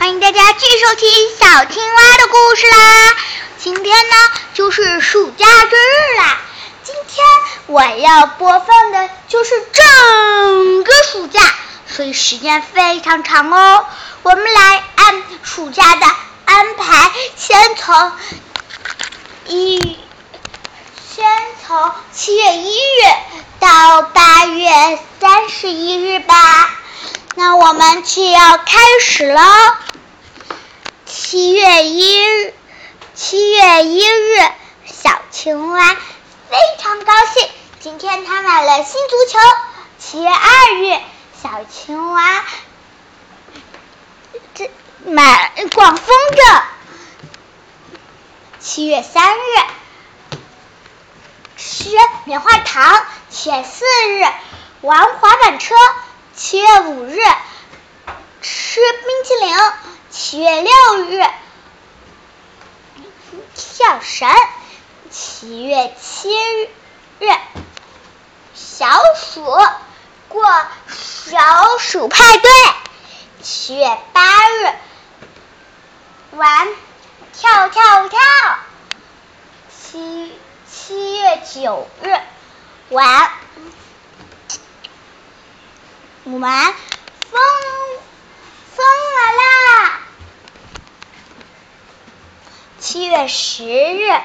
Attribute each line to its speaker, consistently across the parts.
Speaker 1: 欢迎大家继续收听小青蛙的故事啦！今天呢就是暑假之日啦，今天我要播放的就是整个暑假，所以时间非常长哦。我们来按暑假的安排，先从7月1日到8月31日吧。那我们就要开始了。7月1日，小青蛙非常高兴，今天他买了新足球。7月2日，小青蛙逛风筝。7月3日，吃棉花糖。7月4日，玩滑板车。7月5日，吃冰淇淋。7月6日，跳绳。7月7日，小鼠过小鼠派对。7月8日，玩跳。7月9日，玩风来啦。7月10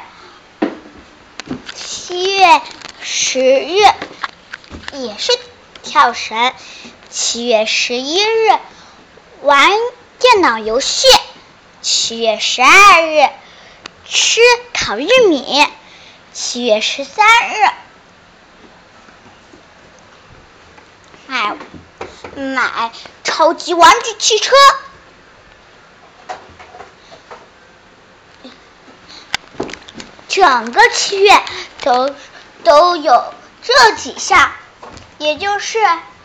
Speaker 1: 日也是跳绳。7月11日玩电脑游戏。7月12日吃烤玉米。7月13日买超级玩具汽车。整个7月都有这几项，也就是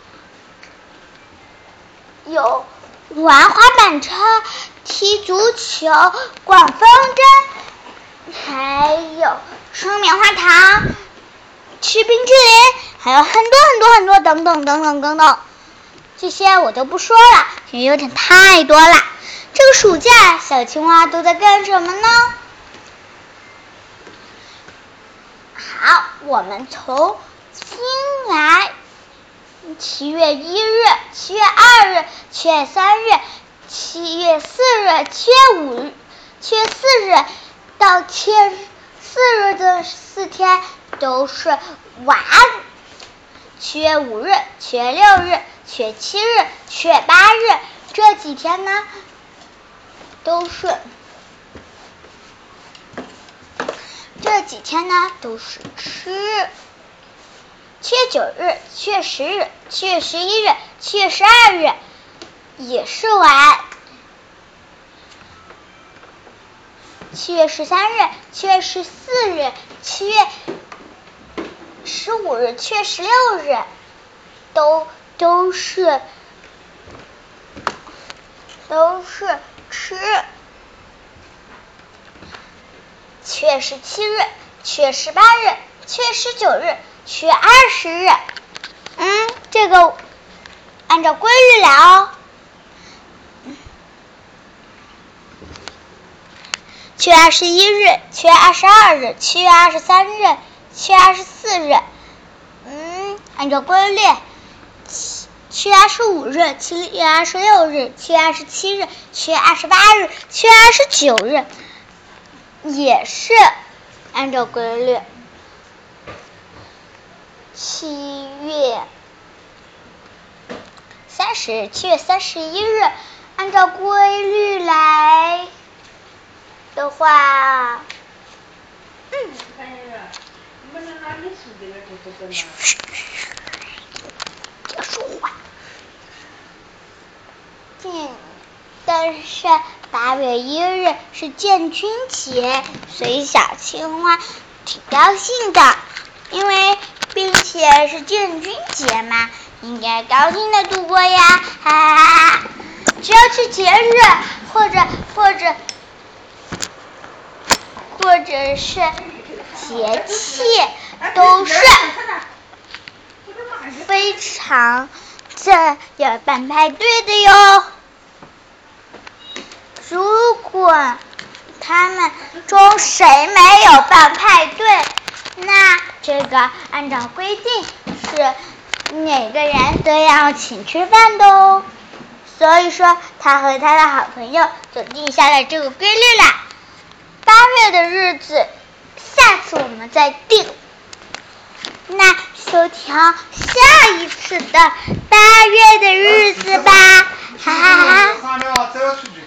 Speaker 1: 有玩滑板车、踢足球、逛风筝，还有吃棉花糖、吃冰淇淋，还有很多等，这些我都不说了，因为有点太多了。这个暑假小青蛙都在干什么呢？好，我们从新来。7月1日、7月2日、7月3日、7月4日、7月4日到7月4日的4天都是玩。7月5日、7月6日、7月7日、7月8日这几天呢都是吃。7月9日、7月10日、7月11日、7月12日也是玩。7月13日、7月14日、7月15日、7月16日都是吃。7月17日、7月18日、7月19日、7月20日，这个按照规律来哦。7月21日、7月22日、7月23日、7月24日，按照规律。7月25日、7月26日、7月27日、7月28日、7月29日也是按照规律。7月31日按照规律来的话，别说话。但是8月1日是建军节，所以小青蛙挺高兴的，因为并且是建军节嘛，应该高兴的度过呀，哈哈哈！只要是节日或者是节气，都是非常要办派对的哟。 果他们中谁没有办派对，那这个按照规定是每个人都要请吃饭的哦。所以说他和他的好朋友就定下了这个规律啦。8月的日子下次我们再定，那就调下一次的8月的日子吧，哈哈哈。